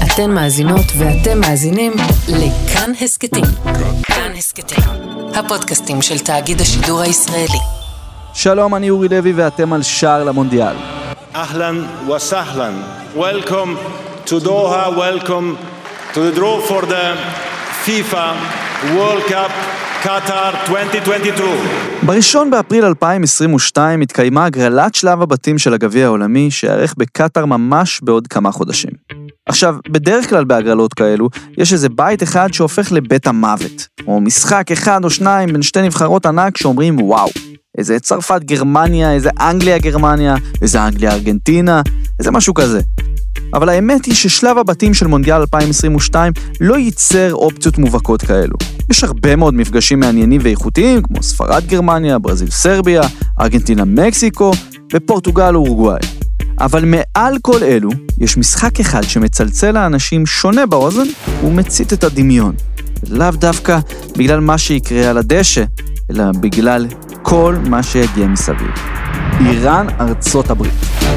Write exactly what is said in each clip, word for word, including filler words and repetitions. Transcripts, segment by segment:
אתן מאזינות ואתם מאזינים לכאן הסקטים. כאן הסקטים, הפודקאסטים של תאגיד השידור הישראלי. שלום, אני אורי לוי ואתם על שער למונדיאל. אהלן וסהלן. Welcome to Doha, welcome to the draw for the FIFA World Cup Qatar twenty twenty-two. בראשון באפריל אלפיים עשרים ושתיים התקיימה הגרלת שלב הבתים של הגביע העולמי שיערך בקטר ממש בעוד כמה חודשים. עכשיו, בדרך כלל בהגרלות כאלו, יש איזה בית אחד שהופך לבית המוות, או משחק אחד או שניים בין שתי נבחרות ענק שאומרים וואו, איזה צרפת גרמניה, איזה אנגליה גרמניה, איזה אנגליה ארגנטינה, איזה משהו כזה. אבל האמת היא ששלב הבתים של מונדיאל אלפיים עשרים ושתיים לא ייצר אופציות מובהקות כאלו. יש הרבה מאוד מפגשים מעניינים ואיכותיים, כמו ספרד גרמניה, ברזיל סרביה, ארגנטינה מקסיקו ופורטוגל ואורוגוואי. אבל מעל כל אלו, יש משחק אחד שמצלצל לאנשים שונה באוזן ומצית את הדמיון. לאו דווקא בגלל מה שיקרה על הדשא, אלא בגלל כל מה שיגיע מסביב. איראן, ארצות הברית.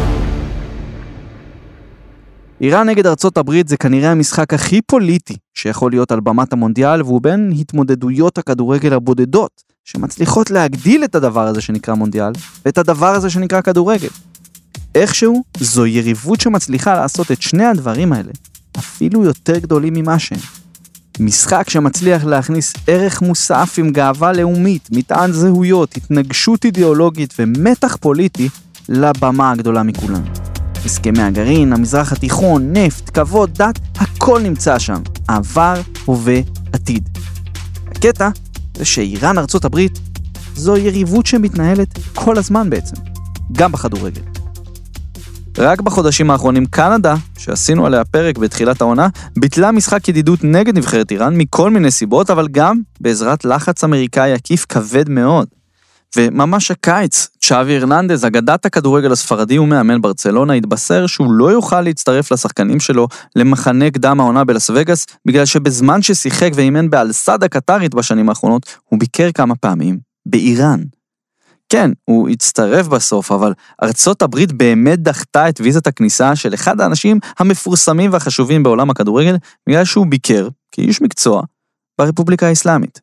איראן נגד ארצות הברית זה כנראה המשחק הכי פוליטי שיכול להיות על במת המונדיאל, והוא בין התמודדויות הכדורגל הבודדות, שמצליחות להגדיל את הדבר הזה שנקרא מונדיאל, ואת הדבר הזה שנקרא כדורגל. איכשהו, זו יריבות שמצליחה לעשות את שני הדברים האלה, אפילו יותר גדולים ממה שהם. משחק שמצליח להכניס ערך מוסף עם גאווה לאומית, מטען זהויות, התנגשות אידיאולוגית ומתח פוליטי לבמה הגדולה מכולן. הסכמי הגרעין, המזרח התיכון, נפט, כבוד, דת, הכל נמצא שם. עבר, הווה, עתיד. הקטע זה שאיראן ארצות הברית זו יריבות שמתנהלת כל הזמן בעצם, גם בכדורגל. רק בחודשים האחרונים קנדה, שעשינו עליה פרק בתחילת העונה, ביטלה משחק ידידות נגד נבחרת איראן מכל מיני סיבות, אבל גם בעזרת לחץ אמריקאי עקיף כבד מאוד. וממש הקיץ, צ'אבי הרננדז, אגדת הכדורגל הספרדי ומאמן ברצלונה, התבשר שהוא לא יוכל להצטרף לשחקנים שלו למחנה קדם העונה בלס וגאס, בגלל שבזמן ששיחק ואימן באלסד הקטרית בשנים האחרונות, הוא ביקר כמה פעמים באיראן. כן, הוא הצטרף בסוף, אבל ארצות הברית באמת דחתה את ויזת הכניסה של אחד האנשים המפורסמים והחשובים בעולם הכדורגל, בגלל שהוא ביקר, כאיש מקצוע, ברפובליקה האסלאמית.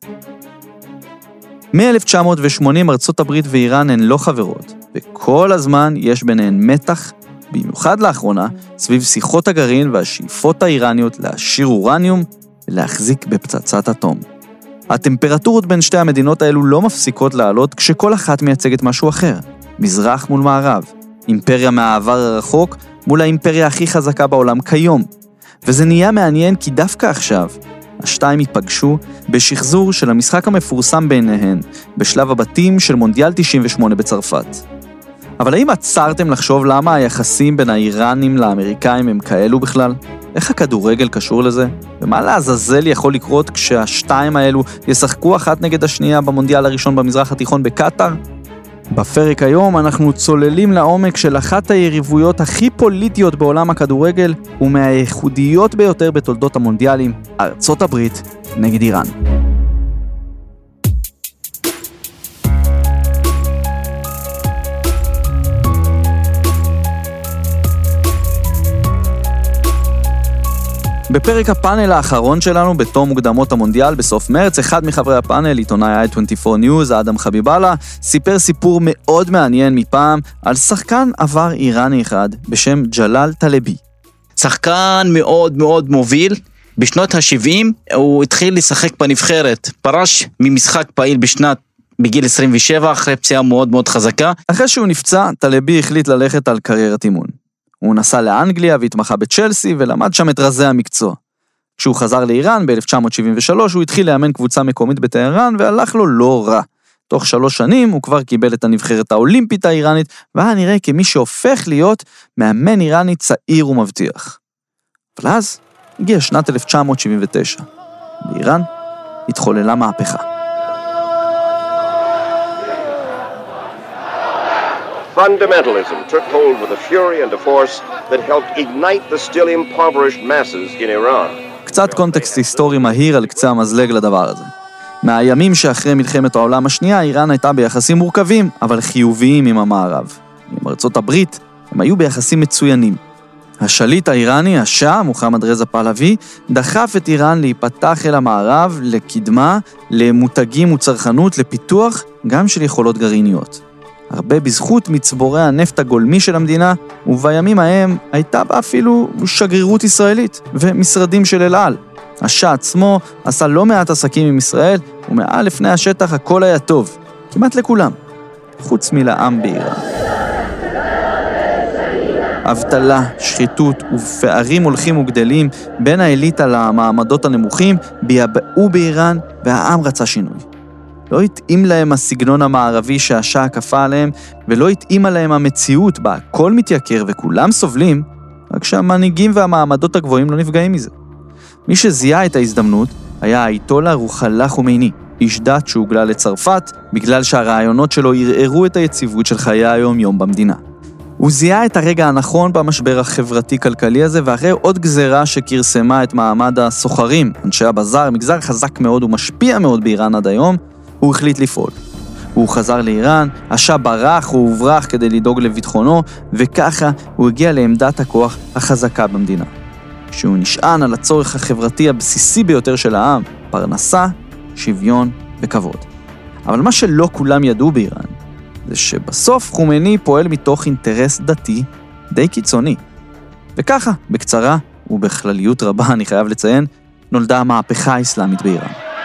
מ-אלף תשע מאות ושמונים ארצות הברית ואיראן הן לא חברות, וכל הזמן יש ביניהן מתח, במיוחד לאחרונה, סביב שיחות הגרעין והשאיפות האיראניות להשאיר אורניום ולהחזיק בפצצת אטום. הטמפרטורות בין שתי המדינות האלו לא מפסיקות לעלות כשכל אחת מייצגת משהו אחר. מזרח מול מערב, אימפריה מהעבר הרחוק מול האימפריה הכי חזקה בעולם כיום. וזה נהיה מעניין כי דווקא עכשיו, השתיים ייפגשו בשחזור של המשחק המפורסם ביניהן, בשלב הבתים של מונדיאל תשעים ושמונה בצרפת. אבל האם עצרתם לחשוב למה היחסים בין האיראנים לאמריקאים הם כאלו בכלל? איך הכדורגל קשור לזה? ומה לעזאזל יכול לקרות כשהשתיים האלו ישחקו אחת נגד השנייה במונדיאל הראשון במזרח התיכון בקטר? בפרק היום אנחנו צוללים לעומק של אחת היריבויות הכי פוליטיות בעולם הכדורגל ומהייחודיות ביותר בתולדות המונדיאלים, ארצות הברית נגד איראן. בפרק הפאנל האחרון שלנו בתום מוקדמות המונדיאל בסוף מרץ, אחד מחברי הפאנל, עיתונאי איי עשרים וארבע News, אדם חביבאללה, סיפר סיפור מאוד מעניין מפעם על שחקן עבר איראני אחד בשם ג'לאל טלבי. שחקן מאוד מאוד מוביל, בשנות ה-שבעים הוא התחיל לשחק בנבחרת, פרש ממשחק פעיל בשנת בגיל עשרים ושבע אחרי פציעה מאוד מאוד חזקה. אחרי שהוא נפצע, טלבי החליט ללכת על קריירת אימון. הוא נסע לאנגליה והתמחה בצ'לסי ולמד שם את רזי המקצוע. כשהוא חזר לאיראן ב-אלף תשע מאות שבעים ושלוש הוא התחיל לאמן קבוצה מקומית בטהרן והלך לו לא רע. תוך שלוש שנים הוא כבר קיבל את הנבחרת האולימפית האיראנית והיה נראה כמי שהופך להיות מאמן איראני צעיר ומבטיח. אבל אז הגיעה שנת אלף תשע מאות שבעים ותשע. באיראן התחוללה מהפכה. Fundamentalism took hold with a fury and a force that helped ignite the still impoverished masses in Iran. קצת קונטקסט היסטורי מהיר על קצה המזלג לדבר הזה. מהימים שאחרי מלחמת העולם השנייה, איראן הייתה ביחסים מורכבים, אבל חיוביים עם המערב. עם ארצות הברית, הם היו ביחסים מצוינים. השליט האיראני, השאה, מוחמד רזה פהלווי, דחף את איראן להיפתח אל המערב, לקדמה, למותגים וצרכנות, לפיתוח, גם של יכולות גרעיניות. הרבה בזכות מצבורי הנפט הגולמי של המדינה, ובימים ההם הייתה בה אפילו שגרירות ישראלית ומשרדים של אל על. השאה עצמו עשה לא מעט עסקים עם ישראל, ומעל לפני השטח הכל היה טוב, כמעט לכולם, חוץ מלעם באיראן. אבטלה, שחיתות ופערים הולכים וגדלים בין האליטה למעמדות הנמוכים ביבאו באיראן, והעם רצה שינוי. לא התאים להם הסגנון המערבי שהשאה כפה עליהם, ולא התאימה להם המציאות בה הכל מתייקר וכולם סובלים, רק שהמנהיגים והמעמדות הגבוהים לא נפגעים מזה. מי שזיהה את ההזדמנות היה האייתולה רוחלה חומייני, איש דת שהוגלה לצרפת, בגלל שהרעיונות שלו ערערו את היציבות של חיי היום-יום במדינה. הוא זיהה את הרגע הנכון במשבר החברתי-כלכלי הזה, ואחרי עוד גזרה שכרסמה את מעמד הסוחרים, אנשי הבזאר, מגזר חזק מאוד ומשפיע מאוד באיראן עד היום, הוא החליט לפעול. הוא חזר לאיראן, השאה ברח והוברח כדי לדאוג לביטחונו, וככה הוא הגיע לעמדת הכוח החזקה במדינה. שהוא נשען על הצורך החברתי הבסיסי ביותר של העם, פרנסה, שוויון וכבוד. אבל מה שלא כולם ידעו באיראן, זה שבסוף חומייני פועל מתוך אינטרס דתי די קיצוני. וככה, בקצרה ובכלליות רבה, אני חייב לציין, נולדה המהפכה האסלאמית באיראן.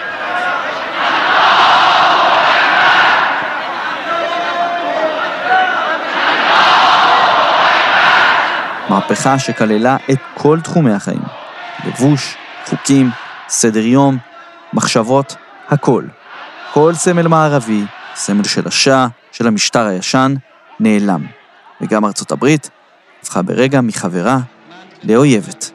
מהפכה שכללה את כל תחומי החיים. לבוש, חוקים, סדר יום, מחשבות, הכל. כל סמל מערבי, סמל של השאה, של המשטר הישן, נעלם. וגם ארצות הברית הפכה ברגע מחברה לאויבת.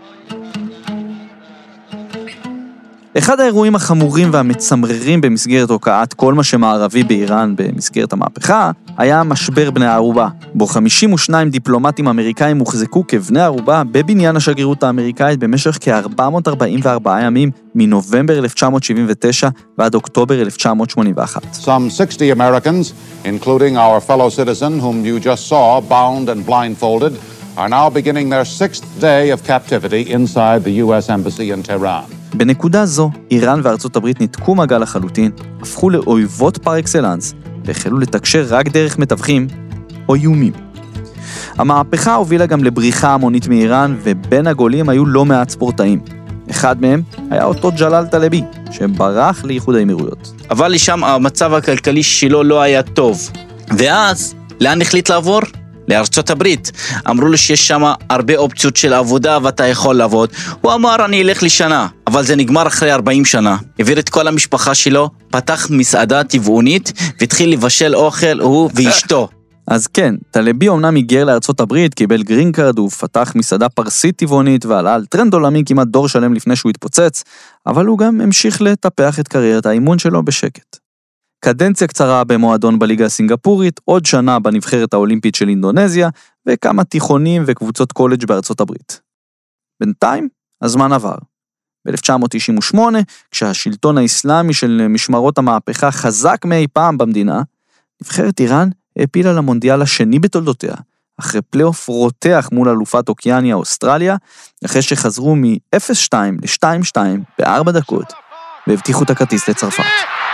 אחד האירועים החמורים והמצמררים במסגרת הוקעת כל מה שמערבי באיראן במסגרת המהפכה, היה משבר בני הערובה, בו חמישים ושניים דיפלומטים אמריקאים הוחזקו כבני ערובה בבניין השגרירות האמריקאית במשך כ-ארבע מאות ארבעים וארבעה ימים מנובמבר אלף תשע מאות שבעים ותשע ועד אוקטובר אלף תשע מאות שמונים ואחת. Some sixty Americans, including our fellow citizen whom you just saw bound and blindfolded, are now beginning their sixth day of captivity inside the U S Embassy in Tehran. בנקודה זו, איראן וארצות הברית ניתקו מגע לחלוטין, הפכו לאויבות פר אקסלנס, והחלו לתקשר רק דרך מתווכים או איומים. המהפכה הובילה גם לבריחה המונית מאיראן, ובין הגולים היו לא מעט ספורטאים. אחד מהם היה אותו ג'לאל טלבי, שברח לאיחוד האמירויות. אבל לשם המצב הכלכלי שלו לא היה טוב. ואז, לאן החליט לעבור? לארצות הברית. אמרו לו שיש שם הרבה אופציות של עבודה ואתה יכול לעבוד. הוא אמר אני אלך לשנה, אבל זה נגמר אחרי ארבעים שנה. העביר את כל המשפחה שלו, פתח מסעדה טבעונית והתחיל לבשל אוכל הוא ואשתו. אז כן, טלבי אומנם היגר לארצות הברית, קיבל גרין קארד, הוא פתח מסעדה פרסית טבעונית ועלה על טרנד עולמי כמעט דור שלם לפני שהוא התפוצץ, אבל הוא גם המשיך לטפח את קריירת האימון שלו בשקט. קדנציה קצרה במועדון בליגה הסינגפורית, עוד שנה בנבחרת האולימפית של אינדונזיה, וכמה תיכונים וקבוצות קולג' בארצות הברית. בינתיים, הזמן עבר. ב-אלף תשע מאות תשעים ושמונה, כשהשלטון האסלאמי של משמרות המהפכה חזק מאי פעם במדינה, נבחרת איראן העפילה למונדיאל השני בתולדותיה, אחרי פלייאוף רותח מול אלופת אוקיאניה אוסטרליה, אחרי שחזרו מ-אפס שתיים ל-שתיים שתיים בארבע דקות, והבטיחו את הכרטיס לצרפת.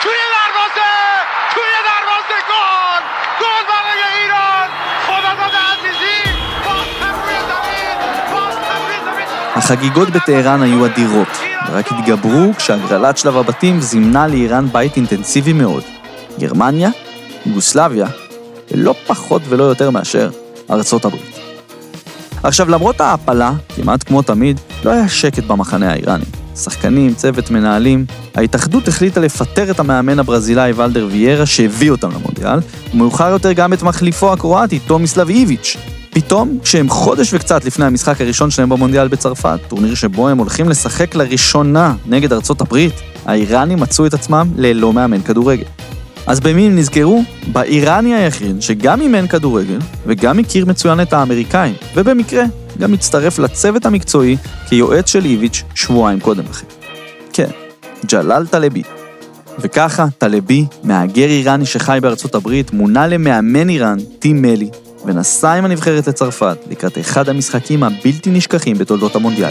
החגיגות בטהרן היו אדירות, ורק התגברו כשהגרלת שלב הבתים זימנה לאיראן בית אינטנסיבי מאוד. גרמניה, יוגוסלביה, ולא פחות ולא יותר מאשר ארצות הברית. עכשיו, למרות ההפלה, כמעט כמו תמיד, לא היה שקט במחנה האיראני. שחקנים, צוות, מנהלים, ההתאחדות החליטה לפטר את המאמן הברזילאי ולדר ויירה שהביא אותם למונדיאל, ומאוחר יותר גם את מחליפו הקרואטי, תומיסלב איביץ'. פתאום, כשהם חודש וקצת לפני המשחק הראשון שלהם במונדיאל בצרפת, טורניר שבו הם הולכים לשחק לראשונה נגד ארצות הברית, האיראנים מצאו את עצמם ללא מאמן כדורגל. אז במי הם נזכרו? באיראני היחיד שגם אימן כדורגל וגם הכיר מצוין את האמריקאים, ובמקרה גם הצטרף לצוות המקצועי כיועץ של איביץ' שבועיים קודם לכן. כן, ג'לאל טלבי. וככה טלבי, מהגר איראני שחי בארצות הברית, מונה למאמן איראן, טים מלי, ונסע עם הנבחרת לצרפת לקראת אחד המשחקים הבלתי נשכחים בתולדות המונדיאל.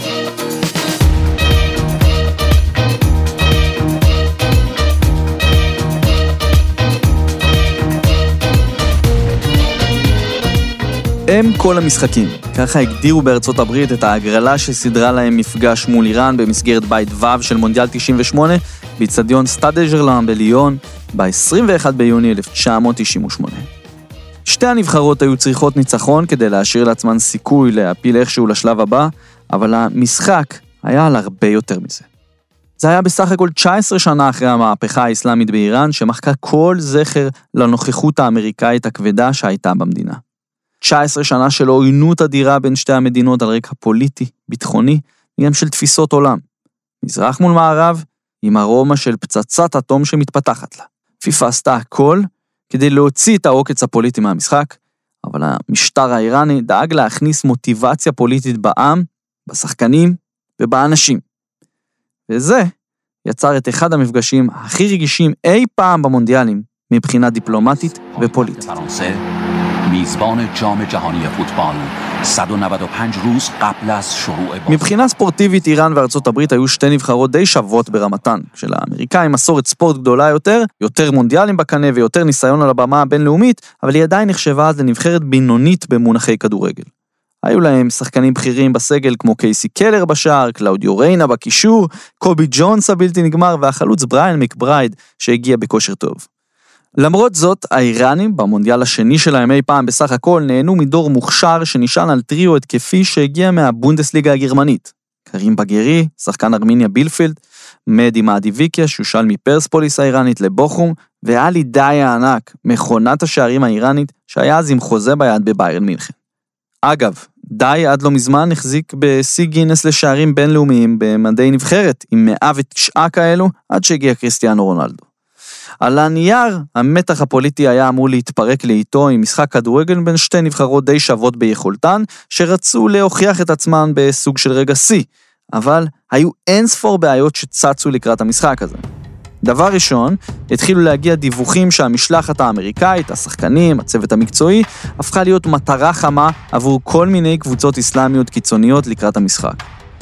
הם כל המשחקים. ככה הגדירו בארצות הברית את ההגרלה שסדרה להם מפגש מול איראן במסגרת בית ו' של מונדיאל תשעים ושמונה באצטדיון סטאד דה ז'רלן בליון ב-עשרים ואחד ביוני אלף תשע מאות תשעים ושמונה. שתי הנבחרות היו צריכות ניצחון כדי להשאיר לעצמן סיכוי להפיל איכשהו לשלב הבא, אבל המשחק היה על הרבה יותר מזה. זה היה בסך הכל תשע עשרה שנה אחרי המהפכה האסלאמית באיראן, שמחקה כל זכר לנוכחות האמריקאית הכבדה שהייתה במדינה. תשע עשרה שנה של עוינות אדירה בין שתי המדינות על רקע פוליטי, ביטחוני, גם של תפיסות עולם. מזרח מול מערב, עם ארומה של פצצת אטום שמתפתחת לה. פיפה עשתה הכל כדי להוציא את העוקץ הפוליטי מהמשחק, אבל המשטר האיראני דאג להכניס מוטיבציה פוליטית בעם, בשחקנים ובאנשים. וזה יצר את אחד המפגשים הכי רגישים אי פעם במונדיאלים, מבחינה דיפלומטית ופוליטית. میزبان جام جهانی فوتبال صد و نود و پنج روز قبل از شروع מבחינה ספורטיבית איראן וארצות הברית היו שתי נבחרות די שוות ברמתן, שלאמריקאים מסורת ספורט גדולה יותר, יותר מונדיאלים בקנה ויותר ניסיון על הבמה הבינלאומית, אבל היא עדיין נחשבה אז לנבחרת בינונית במונחי כדורגל. היו להם שחקנים בכירים בסגל כמו קייסי קלר בשער, קלאודיו ריינה בקישור, קובי ג'ונס הבלתי נגמר והחלוץ בריין מקברייד שהגיע בכושר טוב. למרות זאת, האיראנים, במונדיאל השני שלהם אי פעם בסך הכל, נהנו מדור מוכשר שנשען על טריו התקפי שהגיע מהבונדסליגה הגרמנית. קרים בגרי, שחקן ארמיניה בילפילד, מדי מאדיביקיה, שושל מפרספוליס האיראנית לבוכום, ואלי דאי הענק, מכונת השערים האיראנית, שהיה אז עם חוזה ביד בביירן מינכן. אגב, דאי עד לא מזמן החזיק בסי גינס לשערים בינלאומיים במדי נבחרת, עם מאה ותשע כאלו, עד שהגיע קריסטיאנו רונלדו. על הנייר, המתח הפוליטי היה אמור להתפרק לאיתו עם משחק כדורגל בין שתי נבחרות די שוות ביכולתן, שרצו להוכיח את עצמן בסוג של רגע סי, אבל היו אין ספור בעיות שצצו לקראת המשחק הזה. דבר ראשון, התחילו להגיע דיווחים שהמשלחת האמריקאית, השחקנים, הצוות המקצועי, הפכה להיות מטרה חמה עבור כל מיני קבוצות אסלאמיות קיצוניות לקראת המשחק.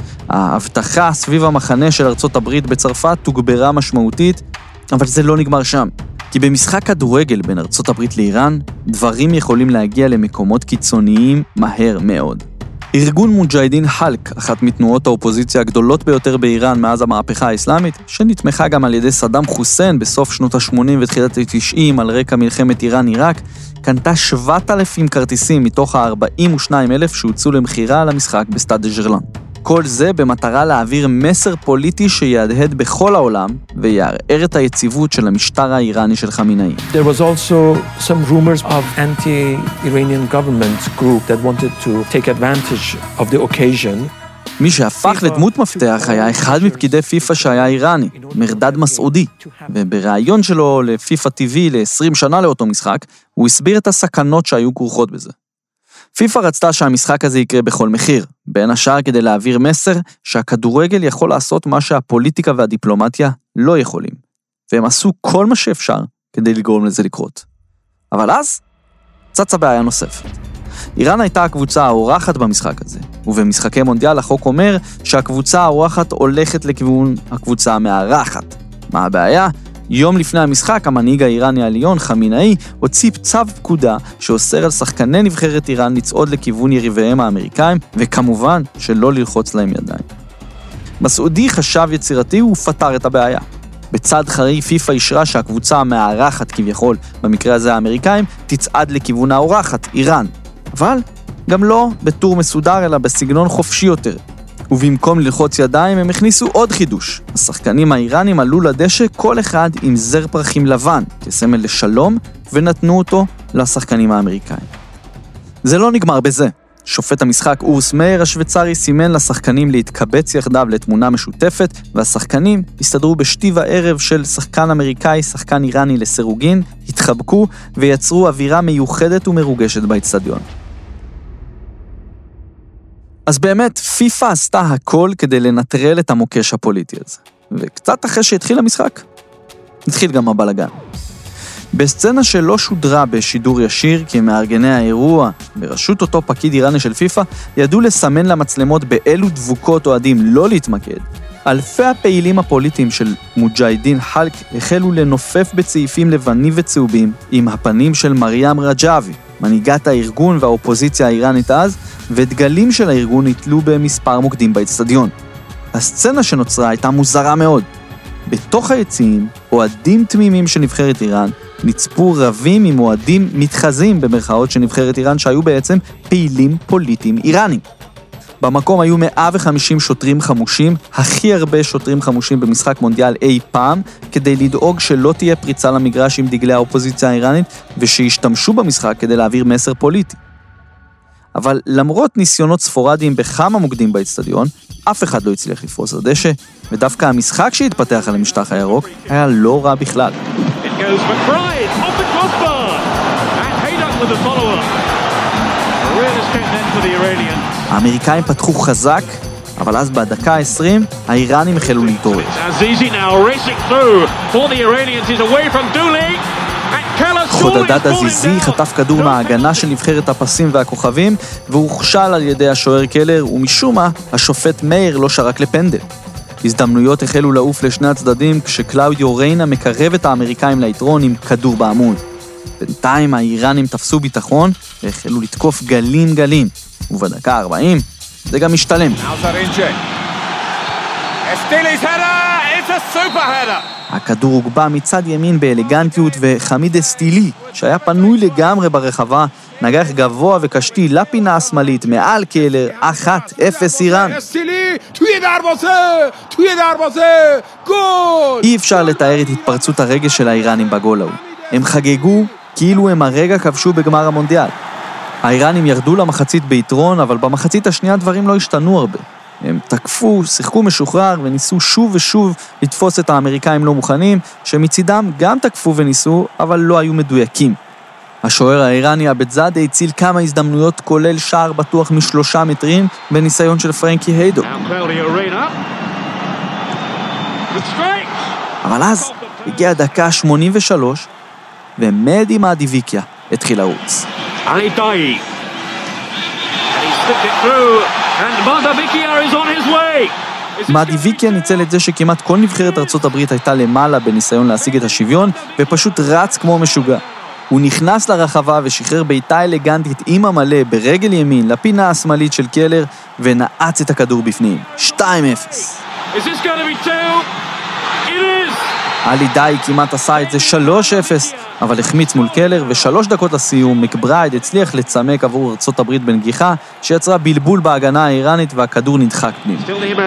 ההבטחה סביב המחנה של ארצות הברית בצרפת תוגברה משמעותית, אבל זה לא נגמר שם, כי במשחק כדורגל בין ארצות הברית לאיראן, דברים יכולים להגיע למקומות קיצוניים מהר מאוד. ארגון מוג'הידין חלק, אחת מתנועות האופוזיציה הגדולות ביותר באיראן מאז המהפכה האסלאמית, שנתמכה גם על ידי סדאם חוסיין בסוף שנות ה-שמונים ותחילת ה-תשעים על רקע מלחמת איראן-עיראק, קנתה שבעת אלפים כרטיסים מתוך ה-ארבעים ושניים אלף שהוצאו למחירה על המשחק בסטאד דה ז'רלן. כל זה במטרה להעביר מסר פוליטי שיהדהד בכל העולם ויערער את היציבות של המשטר האיראני של חמינאי. There was also some rumors of anti-Iranian government group that wanted to take advantage of the occasion. מי שהפך לדמות מפתח היה אחד מפקידי פיפה שהיה איראני, מרדד מסעודי, ובראיון שלו לפיפה טי וי ל-עשרים שנה לאותו משחק, הוא הסביר את הסכנות שהיו כרוכות בזה. פיפה רצתה שהמשחק הזה יקרה בכל מחיר, בין השאר כדי להעביר מסר שהכדורגל יכול לעשות מה שהפוליטיקה והדיפלומטיה לא יכולים, והם עשו כל מה שאפשר כדי לגרום לזה לקרות. אבל אז, צצה בעיה נוספת. איראן הייתה הקבוצה האורחת במשחק הזה, ובמשחקי מונדיאל החוק אומר שהקבוצה האורחת הולכת לכיוון הקבוצה המארחת. מה הבעיה? יום לפני המשחק, המנהיג האיראני העליון, חמינאי, הוציא צו פקודה שאוסר על שחקני נבחרת איראן לצעוד לכיוון יריביהם האמריקאים, וכמובן שלא ללחוץ להם ידיים. מסעודי חשב יצירתי ופתר את הבעיה. בצד חרי פיפה אישרה שהקבוצה המארחת כביכול, במקרה הזה האמריקאים, תצעד לכיוון האורחת, איראן. אבל גם לא בטור מסודר, אלא בסגנון חופשי יותר. ובמקום ללחוץ ידיים הם הכניסו עוד חידוש. השחקנים האיראנים עלו לדשא כל אחד עם זר פרחים לבן, כסמל לשלום, ונתנו אותו לשחקנים האמריקאים. זה לא נגמר בזה. שופט המשחק אורס מאיר השוויצרי סימן לשחקנים להתקבץ יחדיו לתמונה משותפת, והשחקנים הסתדרו בשתיב הערב של שחקן אמריקאי, שחקן איראני לסירוגין, התחבקו ויצרו אווירה מיוחדת ומרוגשת באצטדיון. אז באמת, פיפה עשתה הכל כדי לנטרל את המוקש הפוליטי הזה. וקצת אחרי שהתחיל המשחק, התחיל גם הבלגן. בסצנה שלא שודרה בשידור ישיר, כי מארגני האירוע, בראשות אותו פקיד איראני של פיפה, ידעו לסמן למצלמות באילו דבוקות אוהדים לא להתמקד. אלפי הפעילים הפוליטיים של מוג'אידין חלק החלו לנופף בצעיפים לבנים וצהובים עם הפנים של מרים רג'אבי, מנהיגת הארגון והאופוזיציה האיראנית אז, ודגלים של הארגון נתלו במספר מוקדים באצטדיון. הסצנה שנוצרה הייתה מוזרה מאוד. בתוך היציעים, אוהדים תמימים של נבחרת איראן נצפו רבים עם אוהדים מתחזים במרכאות של נבחרת איראן שהיו בעצם פעילים פוליטיים איראנים. במקום היו מאה וחמישים שוטרים חמושים, הכי הרבה שוטרים חמושים במשחק מונדיאל אי פעם, כדי לדאוג שלא תהיה פריצה למגרש עם דגלי האופוזיציה האיראנית, ושישתמשו במשחק כדי להעביר מסר פוליטי. אבל למרות ניסיונות ספורדיים בכמה מוקדים באצטדיון, אף אחד לא הצליח לפרוס הדשא, ודווקא המשחק שהתפתח על המשטח הירוק היה לא רע בכלל. האמריקאים פתחו חזק, אבל אז בדקה ה-עשרים האיראנים החלו להתעורר. חודדד עזיזי חטף כדור מההגנה של נבחרת הפסים והכוכבים, והוא הוכשל על ידי השוער קלר, ומשום מה השופט מאיר לא שרק לפנדל. הזדמנויות החלו לעוף לשני הצדדים, כשקלאודיו ריינה מקרב את האמריקאים ליתרון עם כדור בעמוד. בינתיים האיראנים תפסו ביטחון והחלו לתקוף גלים גלים, ובדקה ה-ארבעים זה גם משתלם. הכדור הוגבה מצד ימין באלגנטיות, וחמיד אסטילי, שהיה פנוי לגמרי ברחבה, נגח גבוה וקשתי לפינה השמאלית מעל קלר. אחת אפס איראן. אי אפשר לתאר את התפרצות הרגש של האיראנים בגול ההוא. הם חגגו כאילו הם הרגע כבשו בגמר המונדיאל. האיראנים ירדו למחצית ביתרון, אבל במחצית השנייה דברים לא השתנו הרבה. הם תקפו, שיחקו משוחרר וניסו שוב ושוב לתפוס את האמריקאים לא מוכנים, שמצידם גם תקפו וניסו, אבל לא היו מדויקים. השוער האיראני אבדזאדה הציל כמה הזדמנויות, כולל שער בטוח משלושה מטרים בניסיון של פרנקי היידו. אבל אז הגיעה דקה שמונים ושלוש, ומדי מאדיביקיה התחיל לרוץ. Ali Dai. And he slipped it through, and Madavikia is on his way. מאדיביקיה ניצל את זה שכמעט כל נבחרת ארצות הברית הייתה למעלה בניסיון להשיג את השוויון, ופשוט רץ כמו משוגע. הוא נכנס לרחבה ושחרר בעיטה אלגנטית עם המלא ברגל ימין לפינה השמאלית של קלר, ונעץ את הכדור בפנים. שתיים אפס. Is this going to be two? It is. אלי דאי כמעט עשה את זה שלוש אפס, אבל החמיץ מול קלר, ושלוש דקות לסיום מקברייד הצליח לצמק עבור ארצות הברית בנגיחה, שיצרה בלבול בהגנה האיראנית והכדור נדחק פנים.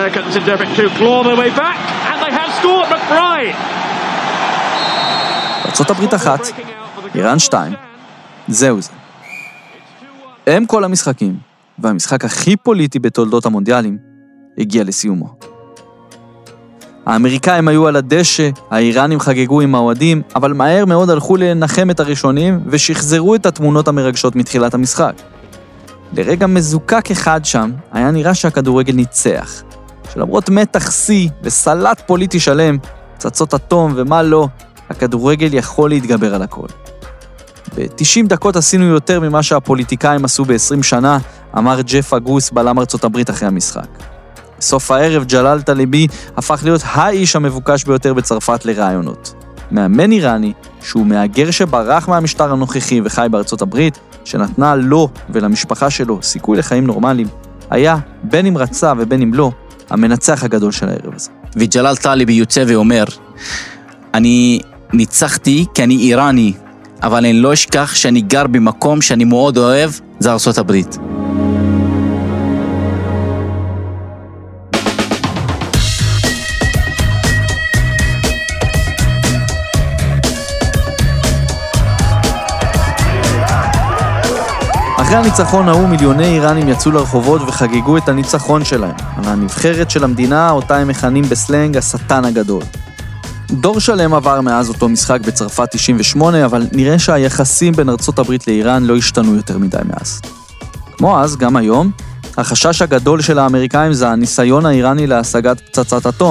ארצות הברית אחת, איראן שתיים, זהו זה. הם כל המשחקים, והמשחק הכי פוליטי בתולדות המונדיאלים הגיע לסיומו. האמריקאים היו על הדשא, האיראנים חגגו עם האוהדים, אבל מהר מאוד הלכו לנחם את הראשונים ושחזרו את התמונות המרגשות מתחילת המשחק. לרגע מזוקק אחד שם, היה נראה שהכדורגל ניצח. שלמרות מתח שיא וסלט פוליטי שלם, צצות אטום ומה לא, הכדורגל יכול להתגבר על הכל. ב-תשעים דקות עשינו יותר ממה שהפוליטיקאים עשו ב-עשרים שנה, אמר ג'ף אגוס בלם ארצות הברית אחרי המשחק. בסוף הערב ג'לאל טליבי הפך להיות האיש המבוקש ביותר בצרפת לרעיונות. מאמן איראני, שהוא מהגר שברח מהמשטר הנוכחי וחי בארצות הברית, שנתנה לו ולמשפחה שלו סיכוי לחיים נורמליים, היה, בין אם רצה ובין אם לא, המנצח הגדול של הערב הזה. וג'לאל טליבי יוצא ואומר, אני ניצחתי כי אני איראני, אבל אני לא אשכח שאני גר במקום שאני מאוד אוהב, זה ארצות הברית. אחרי הניצחון ההוא מיליוני איראנים יצאו לרחובות וחגגו את הניצחון שלהם, על הנבחרת של המדינה, אותה הם מכנים בסלנג השטן הגדול. דור שלם עבר מאז אותו משחק בצרפת תשעים ושמונה, אבל נראה שהיחסים בין ארצות הברית לאיראן לא השתנו יותר מדי מאז. כמו אז, גם היום, החשש הגדול של האמריקאים זה הניסיון האיראני להשגת פצצת אטום. הם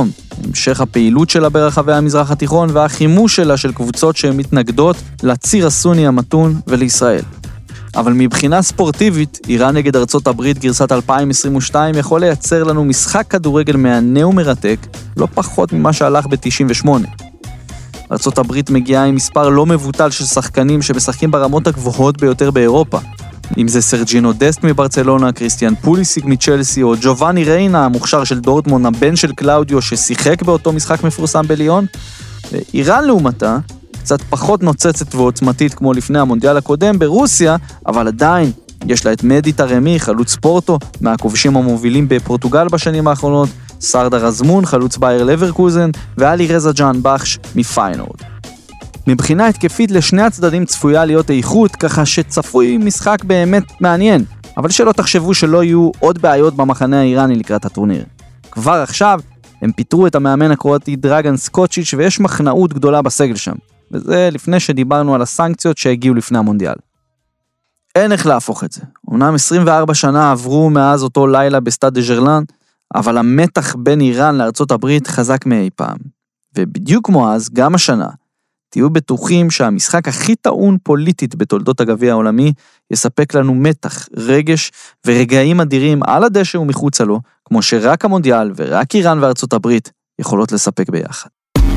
המשך הפעילות שלה ברחבי המזרח התיכון והחימוש שלה של קבוצות שהן מתנגדות לציר הסוני המתון ולישראל. אבל מבחינה ספורטיבית, איראן נגד ארצות הברית גרסת אלפיים עשרים ושתיים יכול לייצר לנו משחק כדורגל מהנה ומרתק, לא פחות ממה שהלך ב-תשעים ושמונה. ארצות הברית מגיעה עם מספר לא מבוטל של שחקנים שמשחקים ברמות הגבוהות ביותר באירופה. אם זה סרג'ינו דסט מברצלונה, קריסטיאן פוליסיק מצ'לסי, או ג'ובאני ריינה, המוכשר של דורטמונד, הבן של קלאודיו ששיחק באותו משחק מפורסם בליון. ואיראן לעומתה, קצת פחות נוצצת ועוצמתית כמו לפני המונדיאל הקודם ברוסיה, אבל עדיין יש לה את מדי תרמי, חלוץ פורטו, מהכובשים המובילים בפורטוגל בשנים האחרונות, סרדר אזמון, חלוץ בייר לברקוזן, ואלי רזה ג'אן בחש מפיינורד. מבחינה התקפית לשני הצדדים צפויה להיות איכות, ככה שצפוי משחק באמת מעניין, אבל שלא תחשבו שלא יהיו עוד בעיות במחנה האיראני לקראת הטורניר. כבר עכשיו הם פיתרו את המאמן הקרואטי דרגן סקוצ'יץ' ויש מחנאות גדולה בסגל שם, וזה לפני שדיברנו על הסנקציות שהגיעו לפני המונדיאל. אין איך להפוך את זה. אמנם עשרים וארבע שנה עברו מאז אותו לילה בסטאד דה ז'רלן, אבל המתח בין איראן לארצות הברית חזק מאי פעם. ובדיוק כמו אז, גם השנה, תהיו בטוחים שהמשחק הכי טעון פוליטית בתולדות הגביע העולמי יספק לנו מתח, רגש ורגעים אדירים על הדשא ומחוצה לו, כמו שרק המונדיאל ורק איראן וארצות הברית יכולות לספק ביחד.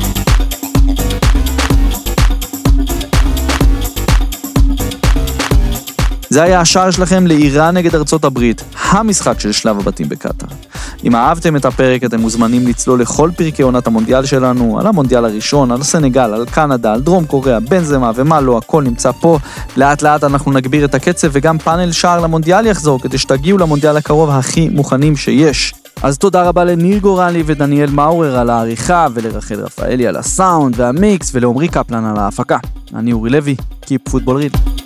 זה היה השער שלכם לאיראן נגד ארצות הברית, המשחק של שלב הבתים בקטר. אם אהבתם את הפרק, אתם מוזמנים לצלול לכל פרקי עונת המונדיאל שלנו, על המונדיאל הראשון, על סנגל, על קנדה, על דרום קוריאה, בנזמה ומה לא, הכל נמצא פה. לאט לאט אנחנו נגביר את הקצב וגם פאנל שער למונדיאל יחזור, כדי שתגיעו למונדיאל הקרוב הכי מוכנים שיש. אז תודה רבה לניר גורלי ודניאל מאורר על העריכה, ולרחל רפאלי על הסאונד והמיקס, ולעומרי קפלן על ההפקה. אני אורי לוי, Keep Football Real.